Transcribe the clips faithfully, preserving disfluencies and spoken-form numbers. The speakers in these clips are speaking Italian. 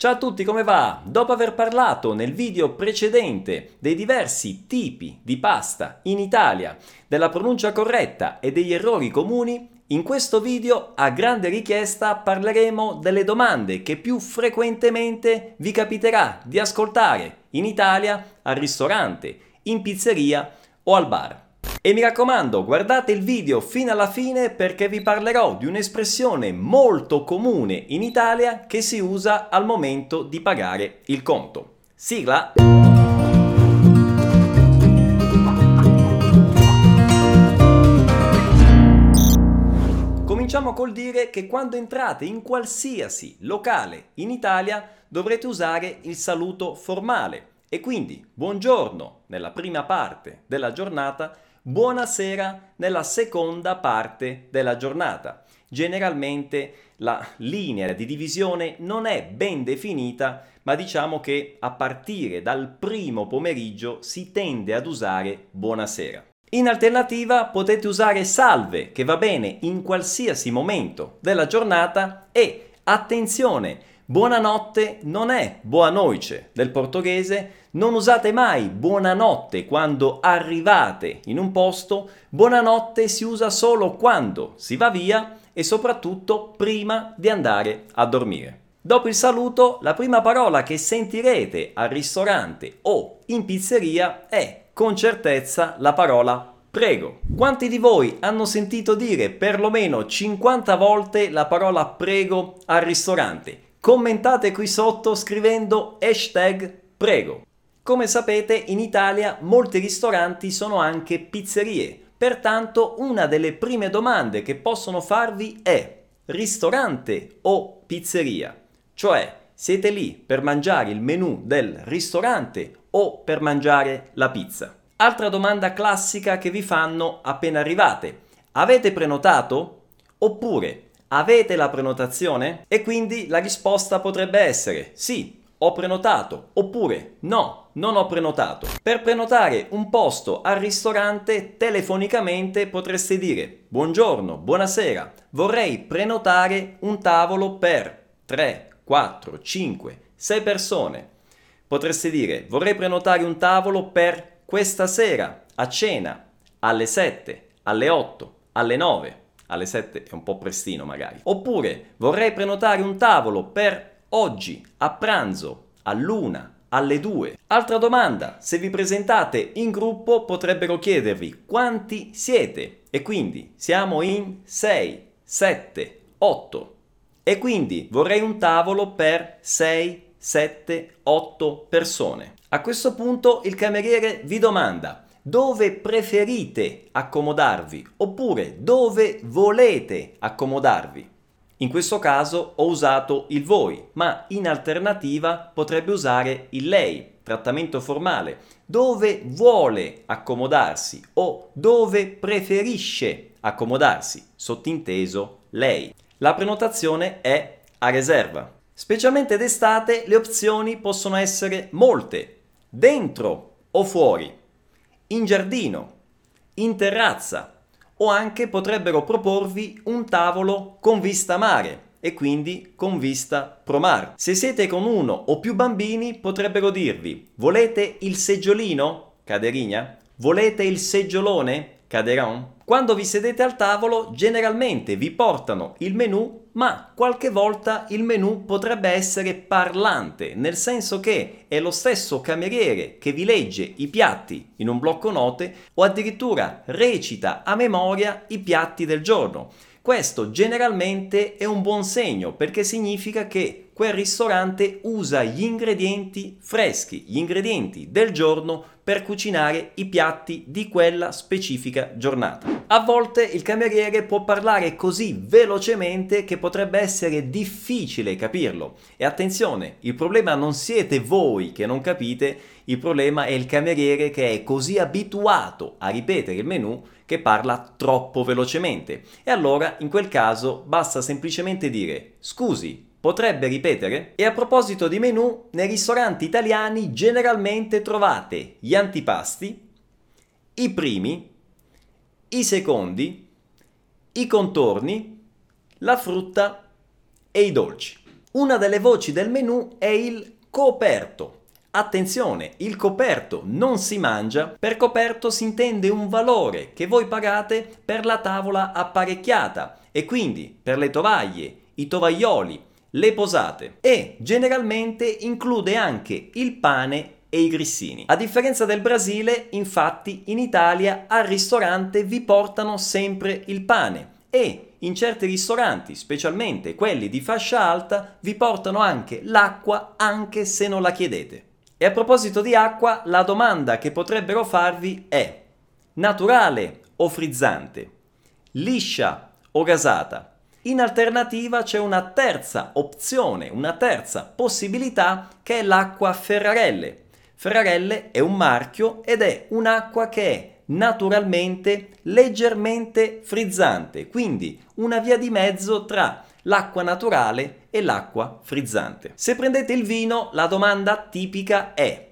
Ciao a tutti, come va? Dopo aver parlato nel video precedente dei diversi tipi di pasta in Italia, della pronuncia corretta e degli errori comuni, in questo video a grande richiesta parleremo delle domande che più frequentemente vi capiterà di ascoltare in Italia al ristorante, in pizzeria o al bar. E mi raccomando, guardate il video fino alla fine perché vi parlerò di un'espressione molto comune in Italia che si usa al momento di pagare il conto. Sigla! Cominciamo col dire che quando entrate in qualsiasi locale in Italia dovrete usare il saluto formale e quindi buongiorno nella prima parte della giornata, buonasera nella seconda parte della giornata. Generalmente la linea di divisione non è ben definita, ma diciamo che a partire dal primo pomeriggio si tende ad usare buonasera. In alternativa potete usare salve, che va bene in qualsiasi momento della giornata, e attenzione, buonanotte non è boa noite del portoghese, non usate mai buonanotte quando arrivate in un posto, buonanotte si usa solo quando si va via e soprattutto prima di andare a dormire. Dopo il saluto, la prima parola che sentirete al ristorante o in pizzeria è con certezza la parola prego. Quanti di voi hanno sentito dire perlomeno cinquanta volte la parola prego al ristorante? Commentate qui sotto scrivendo hashtag prego. Come sapete, in Italia molti ristoranti sono anche pizzerie, pertanto una delle prime domande che possono farvi è ristorante o pizzeria? Cioè, siete lì per mangiare il menù del ristorante o per mangiare la pizza? Altra domanda classica che vi fanno appena arrivate: avete prenotato? Oppure avete la prenotazione? E quindi la risposta potrebbe essere sì, ho prenotato, oppure no, non ho prenotato. Per prenotare un posto al ristorante telefonicamente potreste dire buongiorno, buonasera, vorrei prenotare un tavolo per tre, quattro, cinque, sei persone. Potreste dire vorrei prenotare un tavolo per questa sera a cena alle sette, alle otto, alle nove. Alle sette è un po' prestino magari. Oppure vorrei prenotare un tavolo per oggi a pranzo all'una, alle due. Altra domanda: se vi presentate in gruppo potrebbero chiedervi quanti siete e quindi siamo in sei, sette, otto e quindi vorrei un tavolo per sei, sette, otto persone. A questo punto il cameriere vi domanda dove preferite accomodarvi oppure dove volete accomodarvi. In questo caso ho usato il voi, ma in alternativa potrebbe usare il lei, trattamento formale, dove vuole accomodarsi o dove preferisce accomodarsi, sottinteso lei. La prenotazione è a riserva. Specialmente d'estate le opzioni possono essere molte, dentro o fuori, in giardino, in terrazza, o anche potrebbero proporvi un tavolo con vista mare e quindi con vista pro mar. Se siete con uno o più bambini potrebbero dirvi volete il seggiolino, caderina? Volete il seggiolone, caderon? Quando vi sedete al tavolo generalmente vi portano il menù, ma qualche volta il menù potrebbe essere parlante, nel senso che è lo stesso cameriere che vi legge i piatti in un blocco note o addirittura recita a memoria i piatti del giorno. Questo generalmente è un buon segno perché significa che quel ristorante usa gli ingredienti freschi, gli ingredienti del giorno per cucinare i piatti di quella specifica giornata. A volte il cameriere può parlare così velocemente che potrebbe essere difficile capirlo. E attenzione, il problema non siete voi che non capite, il problema è il cameriere che è così abituato a ripetere il menù che parla troppo velocemente. E allora in quel caso basta semplicemente dire scusi, potrebbe ripetere? E a proposito di menù, nei ristoranti italiani generalmente trovate gli antipasti, i primi, i secondi, i contorni, la frutta e i dolci. Una delle voci del menù è il coperto. Attenzione, il coperto non si mangia, per coperto si intende un valore che voi pagate per la tavola apparecchiata e quindi per le tovaglie, i tovaglioli, le posate e generalmente include anche il pane e i grissini. A differenza del Brasile, infatti, in Italia al ristorante vi portano sempre il pane e in certi ristoranti, specialmente quelli di fascia alta, vi portano anche l'acqua anche se non la chiedete. E a proposito di acqua, la domanda che potrebbero farvi è: naturale o frizzante? Liscia o gasata? In alternativa c'è una terza opzione, una terza possibilità che è l'acqua Ferrarelle. Ferrarelle è un marchio ed è un'acqua che è naturalmente leggermente frizzante, quindi una via di mezzo tra l'acqua naturale e l'acqua frizzante. Se prendete il vino, la domanda tipica è: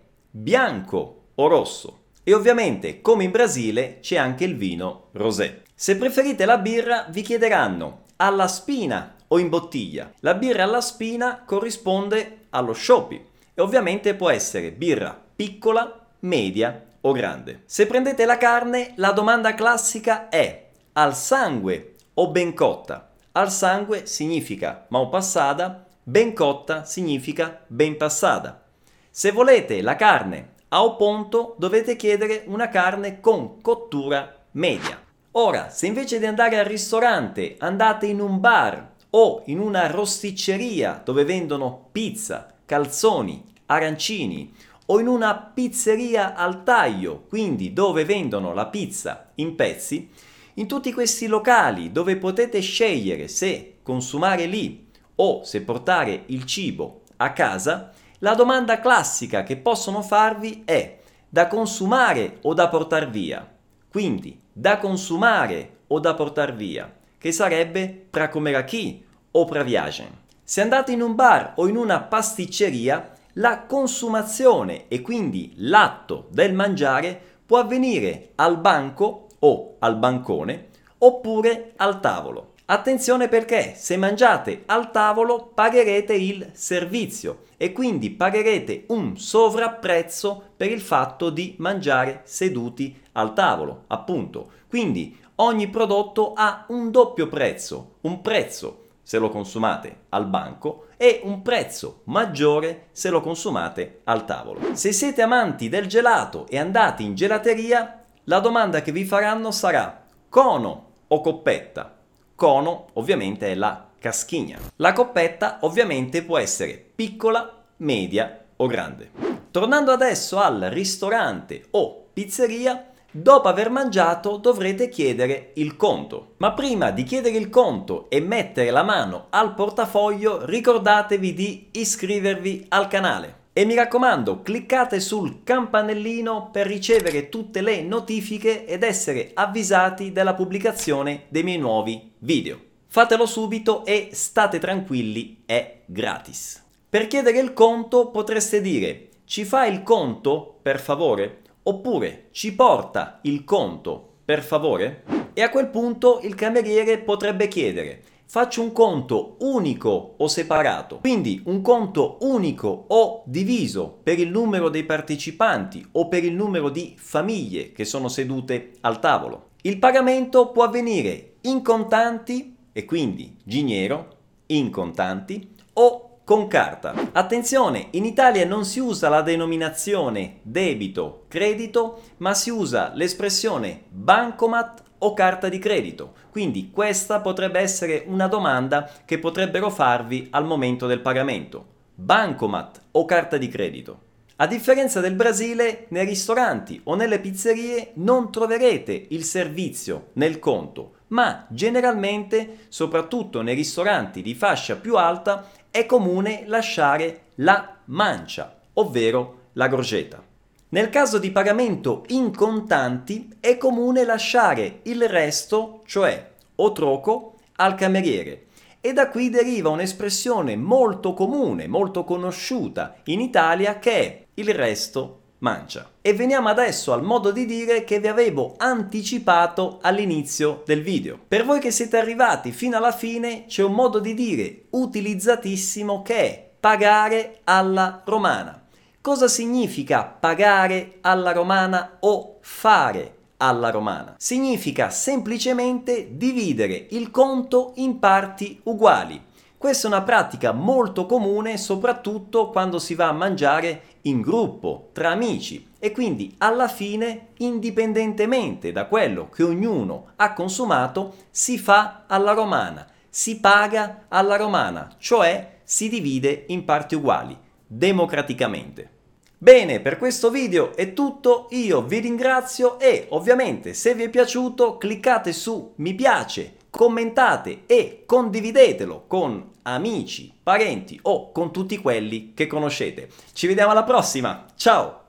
bianco o rosso? E ovviamente, come in Brasile, c'è anche il vino rosé. Se preferite la birra, vi chiederanno alla spina o in bottiglia. La birra alla spina corrisponde allo shopping e ovviamente può essere birra piccola, media o grande. Se prendete la carne, la domanda classica è: al sangue o ben cotta? Al sangue significa mal passada, ben cotta significa ben passata. Se volete la carne ao ponto, dovete chiedere una carne con cottura media. Ora, se invece di andare al ristorante andate in un bar o in una rosticceria dove vendono pizza, calzoni, arancini, o in una pizzeria al taglio, quindi dove vendono la pizza in pezzi, in tutti questi locali dove potete scegliere se consumare lì o se portare il cibo a casa, la domanda classica che possono farvi è: da consumare o da portar via? Quindi da consumare o da portar via, che sarebbe pra comer aqui o pra viagem. Se andate in un bar o in una pasticceria, la consumazione e quindi l'atto del mangiare può avvenire al banco o al bancone oppure al tavolo. Attenzione, perché se mangiate al tavolo pagherete il servizio e quindi pagherete un sovrapprezzo per il fatto di mangiare seduti al tavolo, appunto. Quindi ogni prodotto ha un doppio prezzo, un prezzo se lo consumate al banco e un prezzo maggiore se lo consumate al tavolo. Se siete amanti del gelato e andate in gelateria, la domanda che vi faranno sarà: cono o coppetta? Cono ovviamente è la caschigna. La coppetta ovviamente può essere piccola, media o grande. Tornando adesso al ristorante o pizzeria, dopo aver mangiato dovrete chiedere il conto. Ma prima di chiedere il conto e mettere la mano al portafoglio, ricordatevi di iscrivervi al canale. E mi raccomando, cliccate sul campanellino per ricevere tutte le notifiche ed essere avvisati della pubblicazione dei miei nuovi video. Fatelo subito e state tranquilli, è gratis. Per chiedere il conto potreste dire: ci fa il conto, per favore? Oppure ci porta il conto, per favore? E a quel punto il cameriere potrebbe chiedere: faccio un conto unico o separato? Quindi un conto unico o diviso per il numero dei partecipanti o per il numero di famiglie che sono sedute al tavolo. Il pagamento può avvenire in contanti e quindi giniero, in contanti o con carta. Attenzione, in Italia non si usa la denominazione debito, credito, ma si usa l'espressione bancomat o carta di credito. Quindi questa potrebbe essere una domanda che potrebbero farvi al momento del pagamento. Bancomat o carta di credito? A differenza del Brasile, nei ristoranti o nelle pizzerie non troverete il servizio nel conto, ma generalmente, soprattutto nei ristoranti di fascia più alta, è comune lasciare la mancia, ovvero la gorgetta. Nel caso di pagamento in contanti è comune lasciare il resto, cioè o troco, al cameriere. E da qui deriva un'espressione molto comune, molto conosciuta in Italia, che è il resto mancia. E veniamo adesso al modo di dire che vi avevo anticipato all'inizio del video. Per voi che siete arrivati fino alla fine c'è un modo di dire utilizzatissimo che è pagare alla romana. Cosa significa pagare alla romana o fare alla romana? Significa semplicemente dividere il conto in parti uguali. Questa è una pratica molto comune soprattutto quando si va a mangiare in gruppo, tra amici, e quindi alla fine, indipendentemente da quello che ognuno ha consumato, si fa alla romana, si paga alla romana, cioè si divide in parti uguali, democraticamente. Bene, per questo video è tutto, io vi ringrazio e ovviamente se vi è piaciuto cliccate su mi piace, commentate e condividetelo con amici, parenti o con tutti quelli che conoscete. Ci vediamo alla prossima, ciao!